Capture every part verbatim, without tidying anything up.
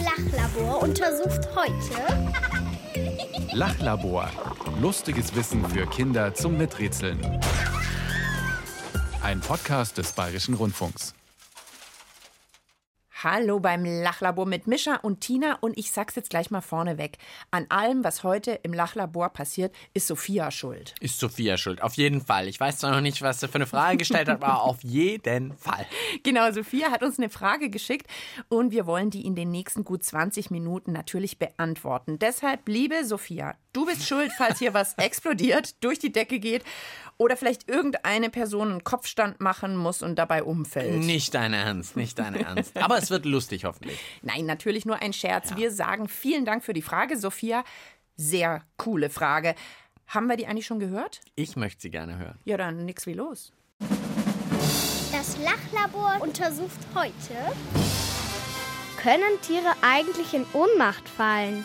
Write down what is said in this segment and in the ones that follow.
Lachlabor untersucht heute Lachlabor. Lustiges Wissen für Kinder zum Miträtseln. Ein Podcast des Bayerischen Rundfunks. Hallo beim Lachlabor mit Mischa und Tina und ich sag's jetzt gleich mal vorneweg. An allem, was heute im Lachlabor passiert, ist Sophia schuld. Ist Sophia schuld, auf jeden Fall. Ich weiß zwar noch nicht, was sie für eine Frage gestellt hat, aber auf jeden Fall. Genau, Sophia hat uns eine Frage geschickt und wir wollen die in den nächsten gut zwanzig Minuten natürlich beantworten. Deshalb, liebe Sophia, du bist schuld, falls hier was explodiert, durch die Decke geht oder vielleicht irgendeine Person einen Kopfstand machen muss und dabei umfällt. Nicht dein Ernst, nicht dein Ernst. Aber es wird lustig, hoffentlich. Nein, natürlich nur ein Scherz. Ja. Wir sagen vielen Dank für die Frage, Sophia. Sehr coole Frage. Haben wir die eigentlich schon gehört? Ich möchte sie gerne hören. Ja, dann nix wie los. Das Lachlabor untersucht heute: Können Tiere eigentlich in Ohnmacht fallen?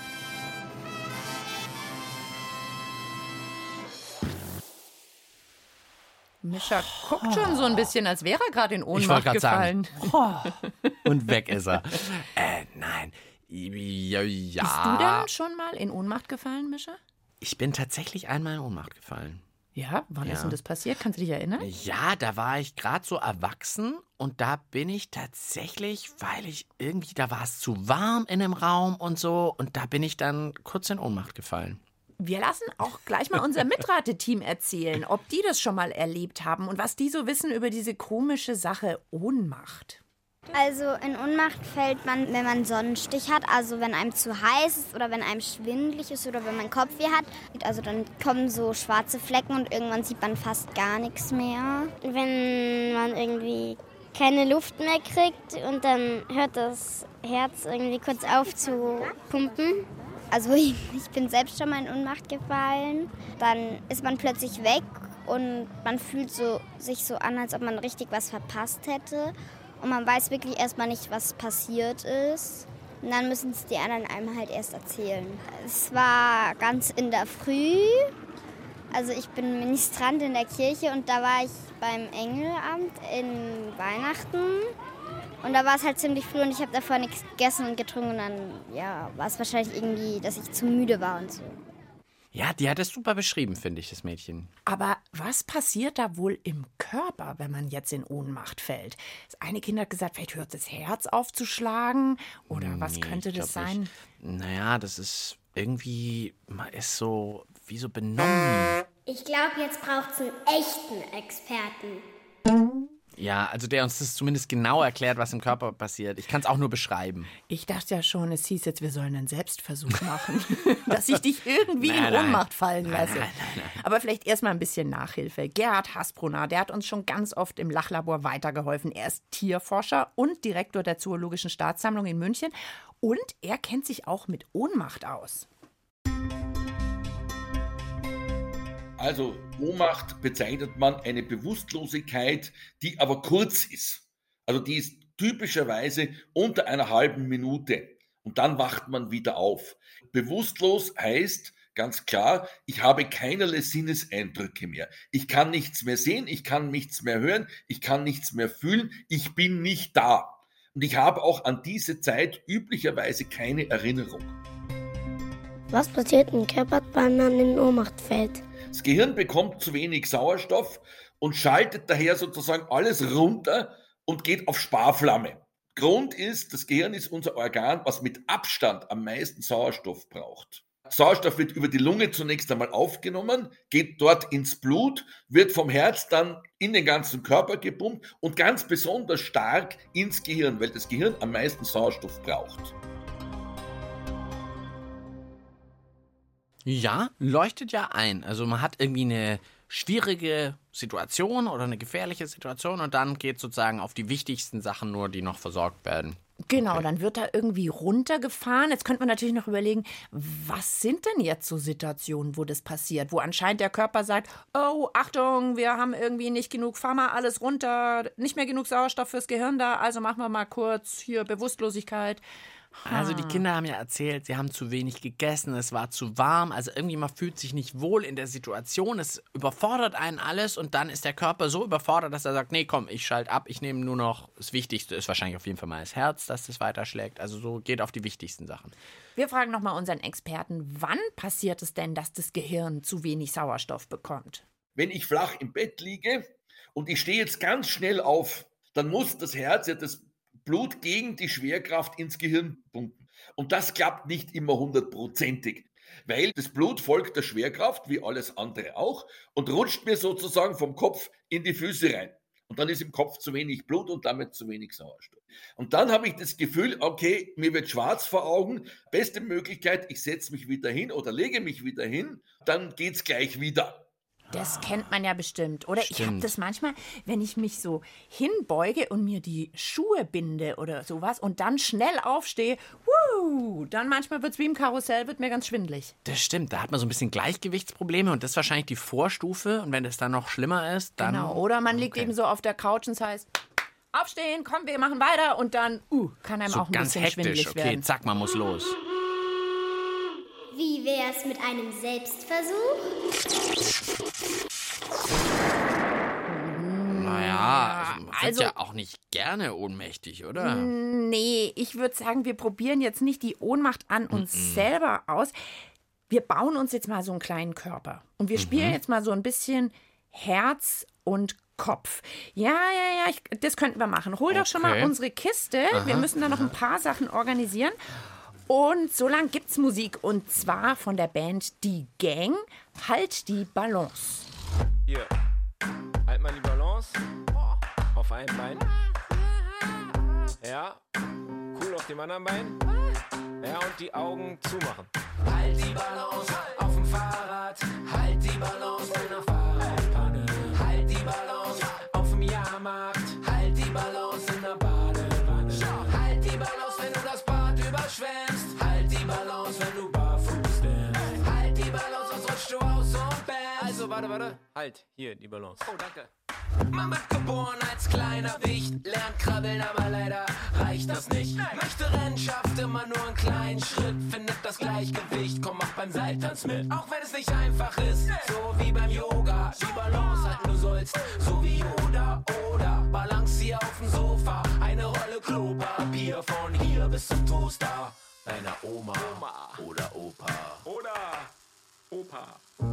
Mischa guckt schon so ein bisschen, als wäre er gerade in Ich wollte Ohnmacht gerade gefallen. sagen. Oh. Und weg ist er. Äh, nein. Ja, ja. Bist du denn schon mal in Ohnmacht gefallen, Mischa? Ich bin tatsächlich einmal in Ohnmacht gefallen. Ja, wann Ja. ist denn das passiert? Kannst du dich erinnern? Ja, da war ich gerade so erwachsen und da bin ich tatsächlich, weil ich irgendwie, da war es zu warm in dem Raum und so und da bin ich dann kurz in Ohnmacht gefallen. Wir lassen auch gleich mal unser Mitrateteam erzählen, ob die das schon mal erlebt haben und was die so wissen über diese komische Sache Ohnmacht. Also in Ohnmacht fällt man, wenn man einen Sonnenstich hat, also wenn einem zu heiß ist oder wenn einem schwindelig ist oder wenn man Kopfweh hat. Also dann kommen so schwarze Flecken und irgendwann sieht man fast gar nichts mehr. Wenn man irgendwie keine Luft mehr kriegt und dann hört das Herz irgendwie kurz auf zu pumpen. Also ich bin selbst schon mal in Ohnmacht gefallen. Dann ist man plötzlich weg und man fühlt so, sich so an, als ob man richtig was verpasst hätte. Und man weiß wirklich erstmal nicht, was passiert ist. Und dann müssen es die anderen einem halt erst erzählen. Es war ganz in der Früh. Also ich bin Ministrant in der Kirche und da war ich beim Engelamt in Weihnachten. Und da war es halt ziemlich früh und ich habe davor nichts gegessen und getrunken. Und dann ja, war es wahrscheinlich irgendwie, dass ich zu müde war und so. Ja, die hat es super beschrieben, finde ich, das Mädchen. Aber was passiert da wohl im Körper, wenn man jetzt in Ohnmacht fällt? Das eine Kind hat gesagt, vielleicht hört das Herz auf zu schlagen. Oder was Nee, könnte ich das glaub sein? nicht. Naja, das ist irgendwie, man ist so, wie so benommen. Ich glaube, jetzt braucht es einen echten Experten. Ja, also der uns das zumindest genau erklärt, was im Körper passiert. Ich kann es auch nur beschreiben. Ich dachte ja schon, es hieß jetzt, wir sollen einen Selbstversuch machen, dass ich dich irgendwie Nein, in nein. Ohnmacht fallen lasse. Nein, nein, nein. Aber vielleicht erstmal ein bisschen Nachhilfe. Gerhard Hasbrunner, der hat uns schon ganz oft im Lachlabor weitergeholfen. Er ist Tierforscher und Direktor der Zoologischen Staatssammlung in München. Und er kennt sich auch mit Ohnmacht aus. Also Ohnmacht bezeichnet man eine Bewusstlosigkeit, die aber kurz ist. Also die ist typischerweise unter einer halben Minute und dann wacht man wieder auf. Bewusstlos heißt ganz klar, ich habe keinerlei Sinneseindrücke mehr. Ich kann nichts mehr sehen, ich kann nichts mehr hören, ich kann nichts mehr fühlen, ich bin nicht da. Und ich habe auch an diese Zeit üblicherweise keine Erinnerung. Was passiert im Körper, wenn man in Ohnmacht fällt? Das Gehirn bekommt zu wenig Sauerstoff und schaltet daher sozusagen alles runter und geht auf Sparflamme. Grund ist, das Gehirn ist unser Organ, was mit Abstand am meisten Sauerstoff braucht. Sauerstoff wird über die Lunge zunächst einmal aufgenommen, geht dort ins Blut, wird vom Herz dann in den ganzen Körper gepumpt und ganz besonders stark ins Gehirn, weil das Gehirn am meisten Sauerstoff braucht. Ja, leuchtet ja ein. Also man hat irgendwie eine schwierige Situation oder eine gefährliche Situation und dann geht sozusagen auf die wichtigsten Sachen nur, die noch versorgt werden. Genau, Okay. dann wird da irgendwie runtergefahren. Jetzt könnte man natürlich noch überlegen, was sind denn jetzt so Situationen, wo das passiert? Wo anscheinend der Körper sagt, oh, Achtung, wir haben irgendwie nicht genug, fahr mal alles runter, nicht mehr genug Sauerstoff fürs Gehirn da, also machen wir mal kurz hier Bewusstlosigkeit. Also die Kinder haben ja erzählt, sie haben zu wenig gegessen, es war zu warm. Also irgendwie man fühlt sich nicht wohl in der Situation. Es überfordert einen alles und dann ist der Körper so überfordert, dass er sagt, nee, komm, ich schalte ab. Ich nehme nur noch, das Wichtigste ist wahrscheinlich auf jeden Fall mal das Herz, dass das weiterschlägt. Also so geht auf die wichtigsten Sachen. Wir fragen nochmal unseren Experten, wann passiert es denn, dass das Gehirn zu wenig Sauerstoff bekommt? Wenn ich flach im Bett liege und ich stehe jetzt ganz schnell auf, dann muss das Herz ja das Blut gegen die Schwerkraft ins Gehirn pumpen. Und das klappt nicht immer hundertprozentig, weil das Blut folgt der Schwerkraft, wie alles andere auch, und rutscht mir sozusagen vom Kopf in die Füße rein. Und dann ist im Kopf zu wenig Blut und damit zu wenig Sauerstoff. Und dann habe ich das Gefühl, okay, mir wird schwarz vor Augen. Beste Möglichkeit, ich setze mich wieder hin oder lege mich wieder hin, dann geht's gleich wieder. Das kennt man ja bestimmt. Oder Stimmt. ich habe das manchmal, wenn ich mich so hinbeuge und mir die Schuhe binde oder sowas und dann schnell aufstehe, wuh, dann manchmal wird es wie im Karussell, wird mir ganz schwindelig. Das stimmt, da hat man so ein bisschen Gleichgewichtsprobleme und das ist wahrscheinlich die Vorstufe. Und wenn das dann noch schlimmer ist, dann... Genau, oder man liegt Okay. eben so auf der Couch und es heißt, aufstehen, komm, wir machen weiter und dann uh, kann einem So auch ein ganz bisschen hektisch, schwindelig okay, werden. zack, man muss los. Wie wär's mit einem Selbstversuch? Naja, also man wird also- ja auch nicht gerne ohnmächtig, oder? Nee, ich würde sagen, wir probieren jetzt nicht die Ohnmacht an uns mm-mm. selber aus. Wir bauen uns jetzt mal so einen kleinen Körper. Und wir spielen jetzt mal so ein bisschen Herz und Kopf. Ja, ja, ja, ich, das könnten wir machen. Hol doch schon mal Okay. unsere Kiste. Wir müssen da noch ein paar Sachen organisieren. Und so lang gibt's Musik. Und zwar von der Band Die Gang. Halt die Balance. Hier, halt mal die Balance auf einem Bein. Ja, cool auf dem anderen Bein. Ja, und die Augen zumachen. Halt die Balance auf dem Fahrrad. Halt die Balance bei einer Fahrradpanne. Halt die Balance auf dem Jahrmarkt. Halt die Balance in der Badewanne. Halt die Balance, wenn du das Bad überschwemmst. Halt die Balance, wenn du barfuß bist. Halt die Balance, sonst rutschst du aus und bämst. Also, warte, warte. Halt, hier, die Balance. Oh, danke. Man wird geboren als kleiner Wicht, lernt krabbeln, aber leider reicht das nicht. Möchte Rennen, schafft immer nur einen kleinen Schritt, findet das Gleichgewicht, komm, mach beim Seiltanz mit. Auch wenn es nicht einfach ist, so wie beim Yoga, die Balance halten du sollst, so wie Yoda. Oder balancier auf dem Sofa, eine Rolle Klopapier von hier bis zum Toaster. Deiner Oma, Oma oder Opa. Oder Opa.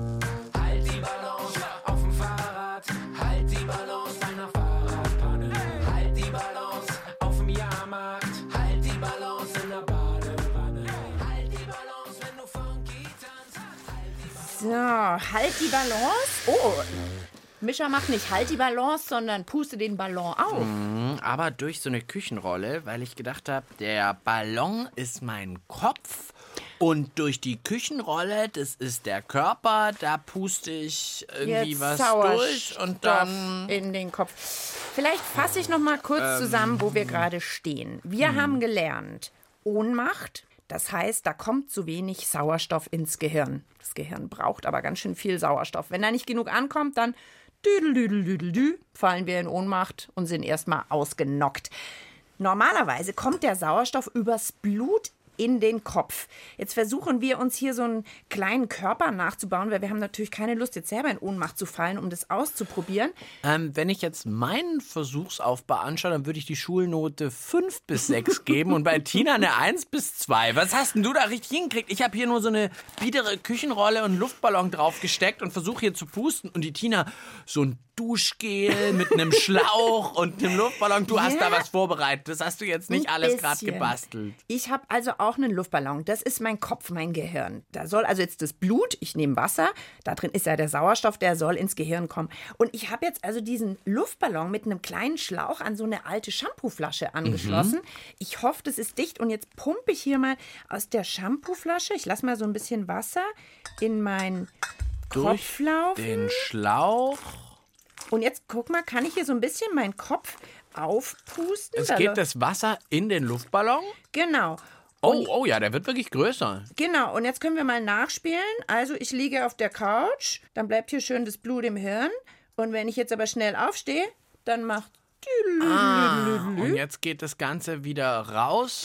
Halt die Balance auf dem Fahrrad, halt die Balance deiner Fahrradpanne. Halt die Balance auf dem Jahrmarkt, halt die Balance in der Badewanne. Halt die Balance, wenn du funky tanzt. Halt die Balance. So, halt die Balance. Oh, Mischa macht nicht halt die Balance, sondern puste den Ballon auf. Mhm, aber durch so eine Küchenrolle, weil ich gedacht habe, der Ballon ist mein Kopf und durch die Küchenrolle, das ist der Körper, da puste ich irgendwie Jetzt was Sauerstoff durch und dann... in den Kopf. Vielleicht fasse ich noch mal kurz zusammen, wo wir gerade stehen. Wir haben gelernt, Ohnmacht, das heißt, da kommt zu wenig Sauerstoff ins Gehirn. Das Gehirn braucht aber ganz schön viel Sauerstoff. Wenn da nicht genug ankommt, dann düdelüdeldüdeldü, fallen wir in Ohnmacht und sind erstmal ausgenockt. Normalerweise kommt der Sauerstoff übers Blut in den Kopf. Jetzt versuchen wir uns hier so einen kleinen Körper nachzubauen, weil wir haben natürlich keine Lust, jetzt selber in Ohnmacht zu fallen, um das auszuprobieren. Ähm, wenn ich jetzt meinen Versuchsaufbau anschaue, dann würde ich die Schulnote fünf bis sechs geben und bei Tina eine eins bis zwei. Was hast denn du da richtig hingekriegt? Ich habe hier nur so eine biedere Küchenrolle und einen Luftballon draufgesteckt und versuche hier zu pusten und die Tina so ein Duschgel mit einem Schlauch und einem Luftballon. Du hast Ja. da was vorbereitet. Das hast du jetzt nicht Ein alles gerade bisschen. gebastelt. Ich habe also auch einen Luftballon. Das ist mein Kopf, mein Gehirn. Da soll also jetzt das Blut, ich nehme Wasser, da drin ist ja der Sauerstoff, der soll ins Gehirn kommen. Und ich habe jetzt also diesen Luftballon mit einem kleinen Schlauch an so eine alte Shampooflasche angeschlossen. Ich hoffe, das ist dicht. Und jetzt pumpe ich hier mal aus der Shampooflasche, ich lasse mal so ein bisschen Wasser in meinen Kopf laufen. Den Schlauch. Und jetzt guck mal, kann ich hier so ein bisschen meinen Kopf aufpusten? Es Da geht läuft- das Wasser in den Luftballon. Genau. Oh, oh ja, der wird wirklich größer. Genau, und jetzt können wir mal nachspielen. Also ich liege auf der Couch, dann bleibt hier schön das Blut im Hirn. Und wenn ich jetzt aber schnell aufstehe, dann macht... Ah, und jetzt geht das Ganze wieder raus.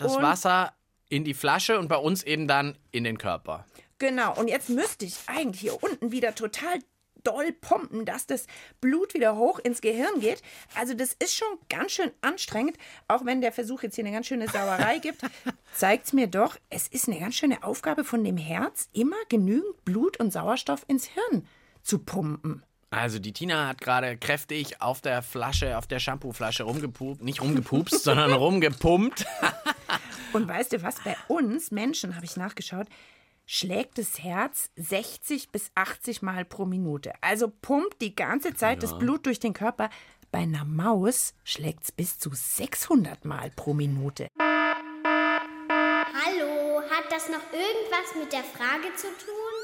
das und Wasser in die Flasche und bei uns eben dann in den Körper. Genau, und jetzt müsste ich eigentlich hier unten wieder total doll pumpen, dass das Blut wieder hoch ins Gehirn geht. Also das ist schon ganz schön anstrengend, auch wenn der Versuch jetzt hier eine ganz schöne Sauerei gibt. Zeigt es mir doch, es ist eine ganz schöne Aufgabe von dem Herz, immer genügend Blut und Sauerstoff ins Hirn zu pumpen. Also die Tina hat gerade kräftig auf der Flasche, auf der Shampooflasche rumgepupst, nicht rumgepupst, sondern rumgepumpt. Und weißt du was, bei uns Menschen, habe ich nachgeschaut, schlägt das Herz sechzig bis achtzig Mal pro Minute. Also pumpt die ganze Zeit ja. das Blut durch den Körper. Bei einer Maus schlägt es bis zu sechshundert Mal pro Minute. Hallo, hat das noch irgendwas mit der Frage zu tun?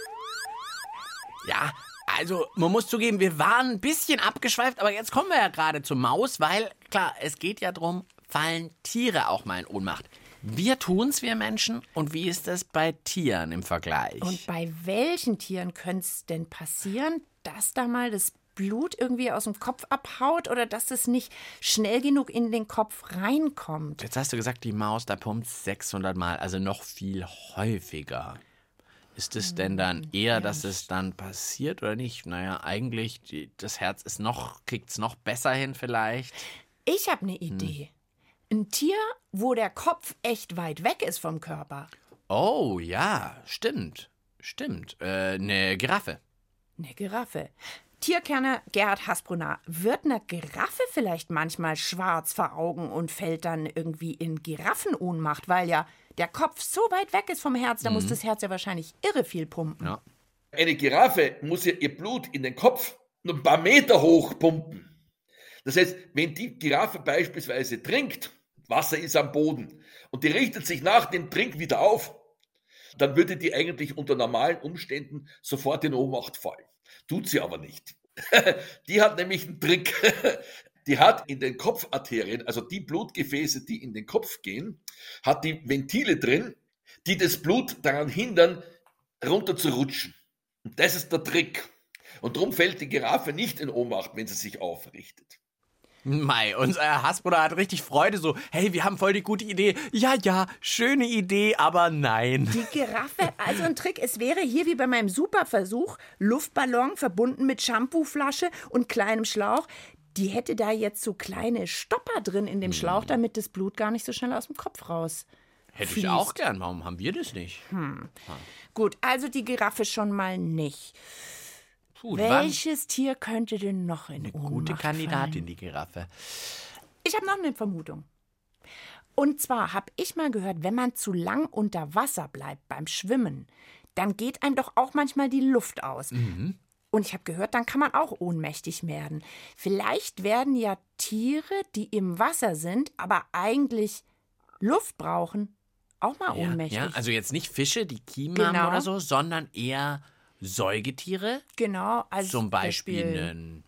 Ja, also man muss zugeben, wir waren ein bisschen abgeschweift, aber jetzt kommen wir ja gerade zur Maus, weil, klar, es geht ja darum, fallen Tiere auch mal in Ohnmacht. Wir tun's, wir Menschen. Und wie ist das bei Tieren im Vergleich? Und bei welchen Tieren könnte es denn passieren, dass da mal das Blut irgendwie aus dem Kopf abhaut oder dass es nicht schnell genug in den Kopf reinkommt? Jetzt hast du gesagt, die Maus, da pumpt sechshundert Mal, also noch viel häufiger. Ist es denn dann eher, ja. dass es dann passiert oder nicht? Naja, eigentlich, die, das Herz ist noch, kriegt's noch besser hin vielleicht. Ich habe eine Idee. Hm. Ein Tier, wo der Kopf echt weit weg ist vom Körper. Oh, ja, stimmt. Stimmt. Äh, eine Giraffe. Eine Giraffe. Tierkenner Gerhard Hasbrunner. Wird eine Giraffe vielleicht manchmal schwarz vor Augen und fällt dann irgendwie in Giraffenohnmacht, weil ja der Kopf so weit weg ist vom Herz, da mhm. muss das Herz ja wahrscheinlich irre viel pumpen. Ja. Eine Giraffe muss ja ihr Blut in den Kopf nur ein paar Meter hoch pumpen. Das heißt, wenn die Giraffe beispielsweise trinkt, Wasser ist am Boden und die richtet sich nach dem Trink wieder auf, dann würde die eigentlich unter normalen Umständen sofort in Ohnmacht fallen. Tut sie aber nicht. Die hat nämlich einen Trick. Die hat in den Kopfarterien, also die Blutgefäße, die in den Kopf gehen, hat die Ventile drin, die das Blut daran hindern, runter zu rutschen. Und das ist der Trick. Und darum fällt die Giraffe nicht in Ohnmacht, wenn sie sich aufrichtet. Mei, unser Hasbruder hat richtig Freude, so, hey, wir haben voll die gute Idee. Ja, ja, schöne Idee, aber nein. Die Giraffe, also ein Trick, es wäre hier wie bei meinem Superversuch, Luftballon verbunden mit Shampooflasche und kleinem Schlauch. Die hätte da jetzt so kleine Stopper drin in dem Schlauch, damit das Blut gar nicht so schnell aus dem Kopf raus Hätte fließt. Ich auch gern, warum haben wir das nicht? Hm. Gut, also die Giraffe schon mal nicht. Puh, Welches Tier könnte denn noch in Eine Ohnmacht gute Kandidatin, fallen? die Giraffe. Ich habe noch eine Vermutung. Und zwar habe ich mal gehört, wenn man zu lang unter Wasser bleibt beim Schwimmen, dann geht einem doch auch manchmal die Luft aus. Mhm. Und ich habe gehört, dann kann man auch ohnmächtig werden. Vielleicht werden ja Tiere, die im Wasser sind, aber eigentlich Luft brauchen, auch mal Ja, ohnmächtig. ja, also jetzt nicht Fische, die Kiemen Genau. haben oder so, sondern eher Säugetiere. Genau, also Zum Beispiel einen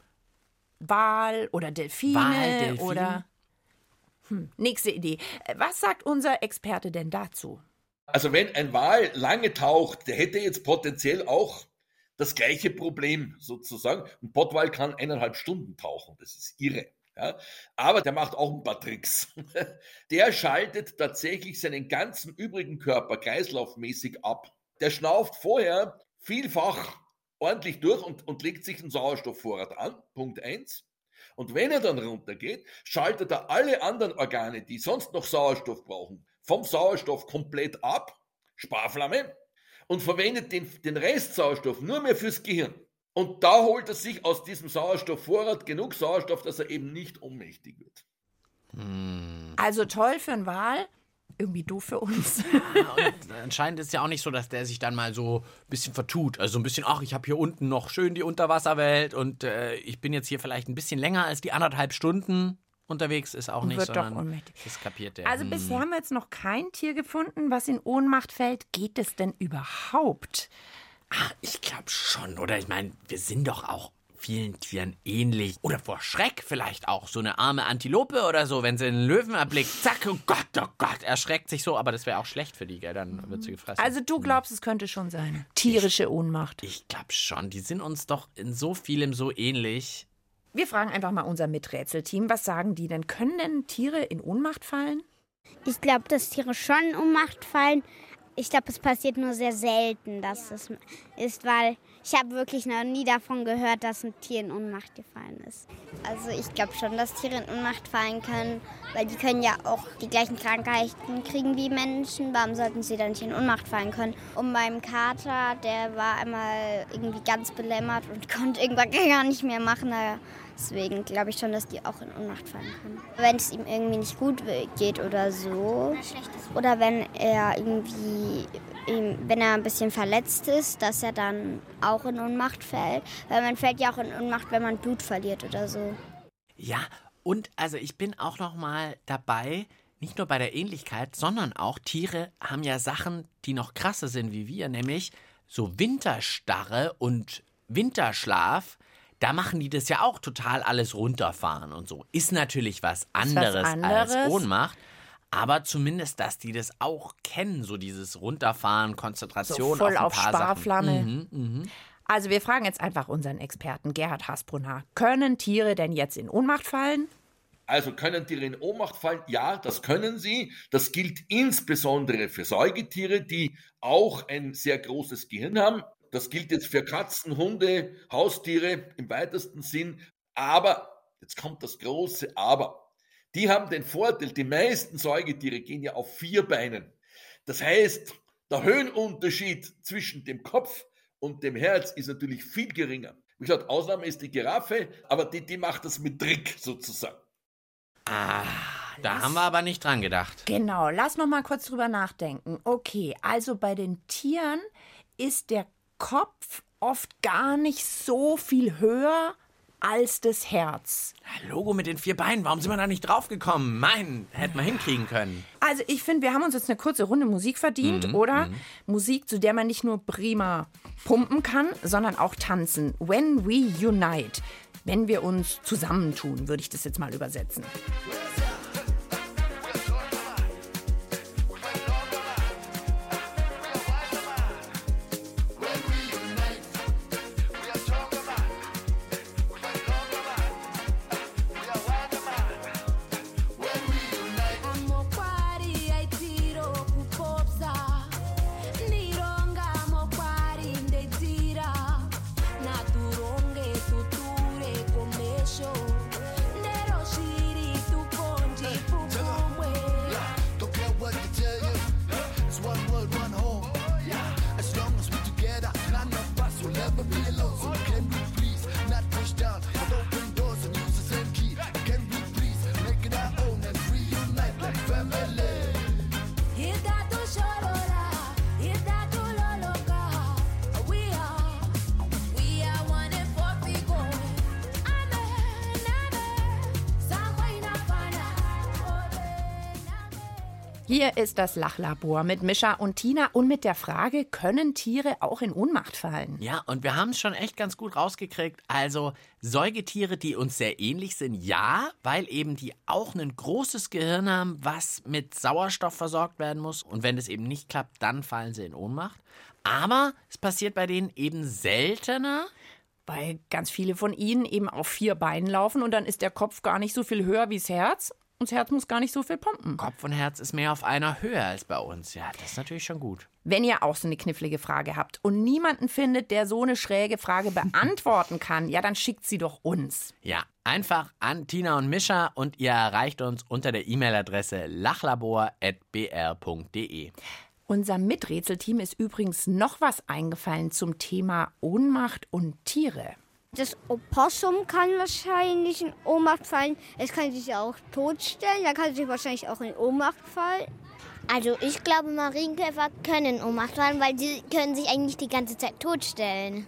Wal oder Delfine Wal, Delfin. oder... Hm, nächste Idee. Was sagt unser Experte denn dazu? Also wenn ein Wal lange taucht, der hätte jetzt potenziell auch das gleiche Problem sozusagen. Ein Pottwal kann eineinhalb Stunden tauchen, das ist irre. Ja? Aber der macht auch ein paar Tricks. Der schaltet tatsächlich seinen ganzen übrigen Körper kreislaufmäßig ab. Der schnauft vorher vielfach ordentlich durch und, und legt sich einen Sauerstoffvorrat an, Punkt eins. Und wenn er dann runtergeht, schaltet er alle anderen Organe, die sonst noch Sauerstoff brauchen, vom Sauerstoff komplett ab, Sparflamme, und verwendet den, den Restsauerstoff nur mehr fürs Gehirn. Und da holt er sich aus diesem Sauerstoffvorrat genug Sauerstoff, dass er eben nicht ohnmächtig wird. Hm. Also toll für einen Wal, irgendwie doof für uns. Ja, und anscheinend ist es ja auch nicht so, dass der sich dann mal so ein bisschen vertut. Also ein bisschen, ach, ich habe hier unten noch schön die Unterwasserwelt und äh, ich bin jetzt hier vielleicht ein bisschen länger als die anderthalb Stunden unterwegs, ist auch Und nicht, wird doch sondern ohnmächtig. das kapiert der. Also Hm. bisher haben wir jetzt noch kein Tier gefunden, was in Ohnmacht fällt. Geht es denn überhaupt? Ach, ich glaube schon, oder? Ich meine, wir sind doch auch vielen Tieren ähnlich. Oder vor Schreck vielleicht auch. So eine arme Antilope oder so, wenn sie einen Löwen erblickt. Zack, oh Gott, oh Gott, erschreckt sich so. Aber das wäre auch schlecht für die, gell? Dann wird sie gefressen. Also du glaubst, es könnte schon sein. Tierische Ohnmacht. Ich glaube schon. Die sind uns doch in so vielem so ähnlich. Wir fragen einfach mal unser Miträtselteam. Was sagen die denn? Können denn Tiere in Ohnmacht fallen? Ich glaube, dass Tiere schon in Ohnmacht fallen. Ich glaube, es passiert nur sehr selten, dass es ist, weil ich habe wirklich noch nie davon gehört, dass ein Tier in Ohnmacht gefallen ist. Also ich glaube schon, dass Tiere in Ohnmacht fallen können, weil die können ja auch die gleichen Krankheiten kriegen wie Menschen. Warum sollten sie dann nicht in Ohnmacht fallen können? Und meinem Kater, der war einmal irgendwie ganz belämmert und konnte irgendwann gar nicht mehr machen. Deswegen glaube ich schon, dass die auch in Ohnmacht fallen können. Wenn es ihm irgendwie nicht gut geht oder so, oder wenn er irgendwie, wenn er ein bisschen verletzt ist, dass er dann auch in Ohnmacht fällt. Weil man fällt ja auch in Ohnmacht, wenn man Blut verliert oder so. Ja, und also ich bin auch noch mal dabei, nicht nur bei der Ähnlichkeit, sondern auch Tiere haben ja Sachen, die noch krasser sind wie wir, nämlich so Winterstarre und Winterschlaf. Da machen die das ja auch total alles runterfahren und so. Ist natürlich was anderes, was anderes als Ohnmacht. Aber zumindest, dass die das auch kennen, so dieses Runterfahren, Konzentration so voll auf ein auf paar Sparflamme. Sachen. Mhm, mh. Also wir fragen jetzt einfach unseren Experten Gerhard Hasbrunner. Können Tiere denn jetzt in Ohnmacht fallen? Also können Tiere in Ohnmacht fallen? Ja, das können sie. Das gilt insbesondere für Säugetiere, die auch ein sehr großes Gehirn haben. Das gilt jetzt für Katzen, Hunde, Haustiere im weitesten Sinn. Aber, jetzt kommt das große Aber. Die haben den Vorteil, die meisten Säugetiere gehen ja auf vier Beinen. Das heißt, der Höhenunterschied zwischen dem Kopf und dem Herz ist natürlich viel geringer. Wie gesagt, Ausnahme ist die Giraffe, aber die, die macht das mit Trick sozusagen. Ah, da haben wir aber nicht dran gedacht. Genau, lass noch mal kurz drüber nachdenken. Okay, also bei den Tieren ist der Kopf oft gar nicht so viel höher als das Herz. Logo mit den vier Beinen, warum sind wir da nicht drauf gekommen? Mein, hätten wir hinkriegen können. Also ich finde, wir haben uns jetzt eine kurze Runde Musik verdient, Mhm, oder? mhm. Musik, zu der man nicht nur prima pumpen kann, sondern auch tanzen. When we unite. Wenn wir uns zusammentun, würde ich das jetzt mal übersetzen. Hier ist das Lachlabor mit Mischa und Tina und mit der Frage, können Tiere auch in Ohnmacht fallen? Ja, und wir haben es schon echt ganz gut rausgekriegt. Also Säugetiere, die uns sehr ähnlich sind, ja, weil eben die auch ein großes Gehirn haben, was mit Sauerstoff versorgt werden muss. Und wenn das eben nicht klappt, dann fallen sie in Ohnmacht. Aber es passiert bei denen eben seltener. Weil ganz viele von ihnen eben auf vier Beinen laufen und dann ist der Kopf gar nicht so viel höher wie das Herz. Und das Herz muss gar nicht so viel pumpen. Kopf und Herz ist mehr auf einer Höhe als bei uns. Ja, das ist natürlich schon gut. Wenn ihr auch so eine knifflige Frage habt und niemanden findet, der so eine schräge Frage beantworten kann, ja, dann schickt sie doch uns. Ja, einfach an Tina und Mischa und ihr erreicht uns unter der E-Mail-Adresse lachlabor at b r punkt d e. Unserem Miträtselteam ist übrigens noch was eingefallen zum Thema Ohnmacht und Tiere. Das Opossum kann wahrscheinlich in Ohnmacht fallen. Es kann sich auch totstellen. Da kann sich wahrscheinlich auch in Ohnmacht fallen. Also ich glaube, Marienkäfer können in Ohnmacht fallen, weil sie können sich eigentlich die ganze Zeit totstellen.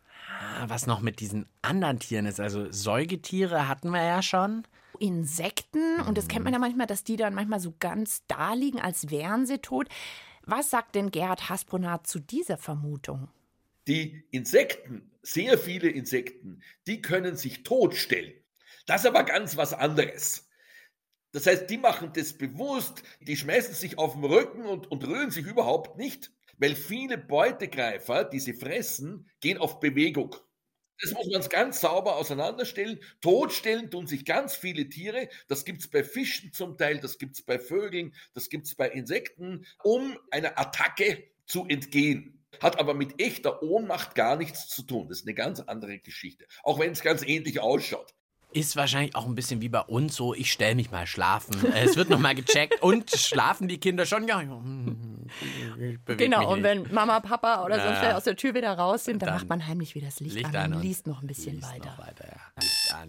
Ah, was noch mit diesen anderen Tieren ist, also Säugetiere hatten wir ja schon. Insekten, und das kennt man ja manchmal, dass die dann manchmal so ganz da liegen, als wären sie tot. Was sagt denn Gerhard Hasbrunner zu dieser Vermutung? Die Insekten, sehr viele Insekten, die können sich totstellen. Das ist aber ganz was anderes. Das heißt, die machen das bewusst, die schmeißen sich auf den Rücken und, und rühren sich überhaupt nicht, weil viele Beutegreifer, die sie fressen, gehen auf Bewegung. Das muss man ganz sauber auseinanderstellen. Totstellen tun sich ganz viele Tiere. Das gibt es bei Fischen zum Teil, das gibt es bei Vögeln, das gibt es bei Insekten, um einer Attacke zu entgehen. Hat aber mit echter Ohnmacht gar nichts zu tun. Das ist eine ganz andere Geschichte. Auch wenn es ganz ähnlich ausschaut. Ist wahrscheinlich auch ein bisschen wie bei uns so, ich stelle mich mal schlafen. Es wird nochmal gecheckt und schlafen die Kinder schon? Ja, genau, und wenn Mama, Papa oder Na, so schnell aus der Tür wieder raus sind, dann, dann macht man heimlich wieder das Licht, Licht an an und und liest noch ein bisschen liest weiter. noch weiter ja. Licht an.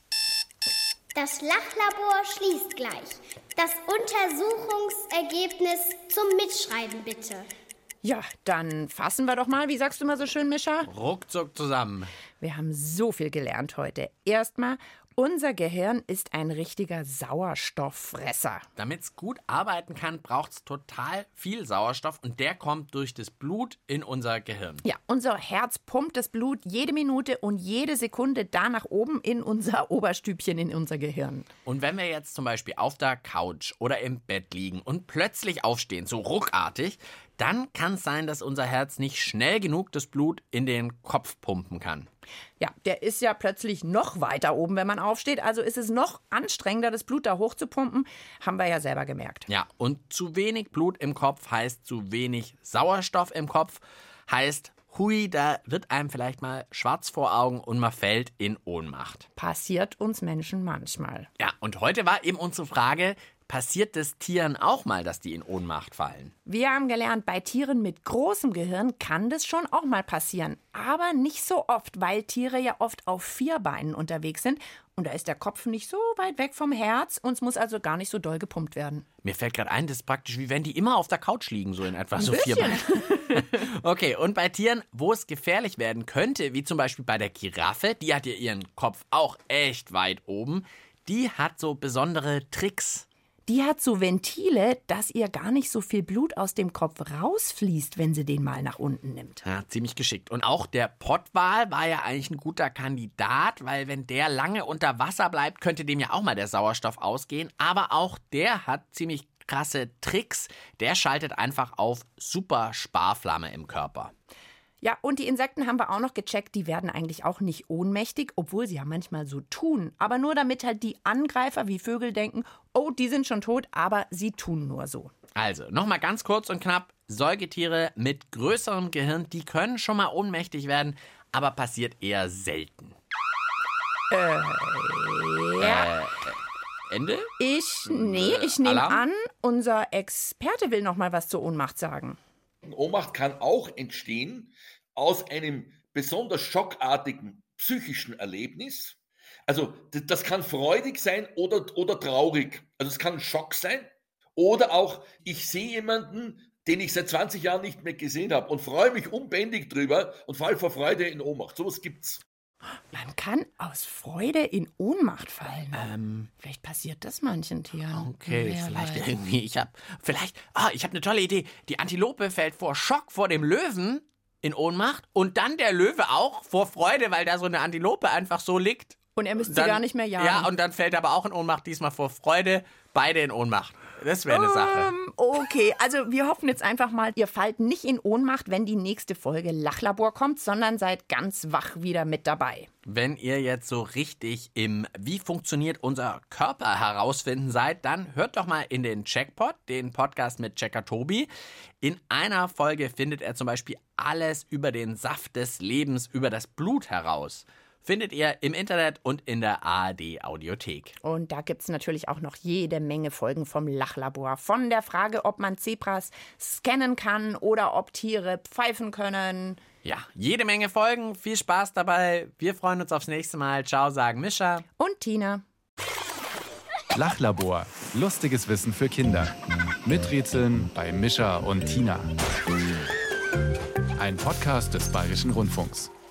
Das Lachlabor schließt gleich. Das Untersuchungsergebnis zum Mitschreiben bitte. Ja, dann fassen wir doch mal, wie sagst du mal so schön, Mischa? Ruckzuck zusammen. Wir haben so viel gelernt heute. Erstmal, unser Gehirn ist ein richtiger Sauerstofffresser. Damit es gut arbeiten kann, braucht es total viel Sauerstoff und der kommt durch das Blut in unser Gehirn. Ja, unser Herz pumpt das Blut jede Minute und jede Sekunde da nach oben in unser Oberstübchen, in unser Gehirn. Und wenn wir jetzt zum Beispiel auf der Couch oder im Bett liegen und plötzlich aufstehen, so ruckartig, dann kann es sein, dass unser Herz nicht schnell genug das Blut in den Kopf pumpen kann. Ja, der ist ja plötzlich noch weiter oben, wenn man aufsteht. Also ist es noch anstrengender, das Blut da hochzupumpen. Haben wir ja selber gemerkt. Ja, und zu wenig Blut im Kopf heißt zu wenig Sauerstoff im Kopf, heißt, hui, da wird einem vielleicht mal schwarz vor Augen und man fällt in Ohnmacht. Passiert uns Menschen manchmal. Ja, und heute war eben unsere Frage, passiert es Tieren auch mal, dass die in Ohnmacht fallen? Wir haben gelernt, bei Tieren mit großem Gehirn kann das schon auch mal passieren. Aber nicht so oft, weil Tiere ja oft auf vier Beinen unterwegs sind. Und da ist der Kopf nicht so weit weg vom Herz und es muss also gar nicht so doll gepumpt werden. Mir fällt gerade ein, das ist praktisch wie wenn die immer auf der Couch liegen, so in etwa Ein so bisschen. vier Beinen. Okay, und bei Tieren, wo es gefährlich werden könnte, wie zum Beispiel bei der Giraffe, die hat ja ihren Kopf auch echt weit oben, die hat so besondere Tricks. Die hat so Ventile, dass ihr gar nicht so viel Blut aus dem Kopf rausfließt, wenn sie den mal nach unten nimmt. Ja, ziemlich geschickt. Und auch der Pottwal war ja eigentlich ein guter Kandidat, weil wenn der lange unter Wasser bleibt, könnte dem ja auch mal der Sauerstoff ausgehen. Aber auch der hat ziemlich krasse Tricks. Der schaltet einfach auf super Sparflamme im Körper. Ja, und die Insekten haben wir auch noch gecheckt, die werden eigentlich auch nicht ohnmächtig, obwohl sie ja manchmal so tun. Aber nur damit halt die Angreifer wie Vögel denken, oh, die sind schon tot, aber sie tun nur so. Also, nochmal ganz kurz und knapp, Säugetiere mit größerem Gehirn, die können schon mal ohnmächtig werden, aber passiert eher selten. Äh, ja. Äh, Ende? Ich, nee, ich nehme Alarm? an, unser Experte will noch mal was zur Ohnmacht sagen. Ohnmacht kann auch entstehen aus einem besonders schockartigen psychischen Erlebnis. Also das kann freudig sein oder, oder traurig. Also es kann ein Schock sein oder auch, ich sehe jemanden, den ich seit zwanzig Jahren nicht mehr gesehen habe und freue mich unbändig drüber und falle vor Freude in Ohnmacht. Sowas gibt's. Man kann aus Freude in Ohnmacht fallen. Ähm, Vielleicht passiert das manchen Tieren. Okay, Wer vielleicht weiß. irgendwie. Ich habe vielleicht. Ah, ich habe eine tolle Idee. Die Antilope fällt vor Schock vor dem Löwen in Ohnmacht und dann der Löwe auch vor Freude, weil da so eine Antilope einfach so liegt. Und er müsste Dann- sie gar nicht mehr jagen. Ja, und dann fällt er aber auch in Ohnmacht, diesmal vor Freude, beide in Ohnmacht. Das wäre eine Sache. Ähm, okay, also wir hoffen jetzt einfach mal, ihr fallt nicht in Ohnmacht, wenn die nächste Folge Lachlabor kommt, sondern seid ganz wach wieder mit dabei. Wenn ihr jetzt so richtig im Wie funktioniert unser Körper herausfinden seid, dann hört doch mal in den Checkpot, den Podcast mit Checker Tobi. In einer Folge findet er zum Beispiel alles über den Saft des Lebens, über das Blut heraus. Findet ihr im Internet und in der A R D-Audiothek. Und da gibt es natürlich auch noch jede Menge Folgen vom Lachlabor. Von der Frage, ob man Zebras scannen kann oder ob Tiere pfeifen können. Ja, jede Menge Folgen. Viel Spaß dabei. Wir freuen uns aufs nächste Mal. Ciao, sagen Mischa und Tina. Lachlabor. Lustiges Wissen für Kinder. Miträtseln bei Mischa und Tina. Ein Podcast des Bayerischen Rundfunks.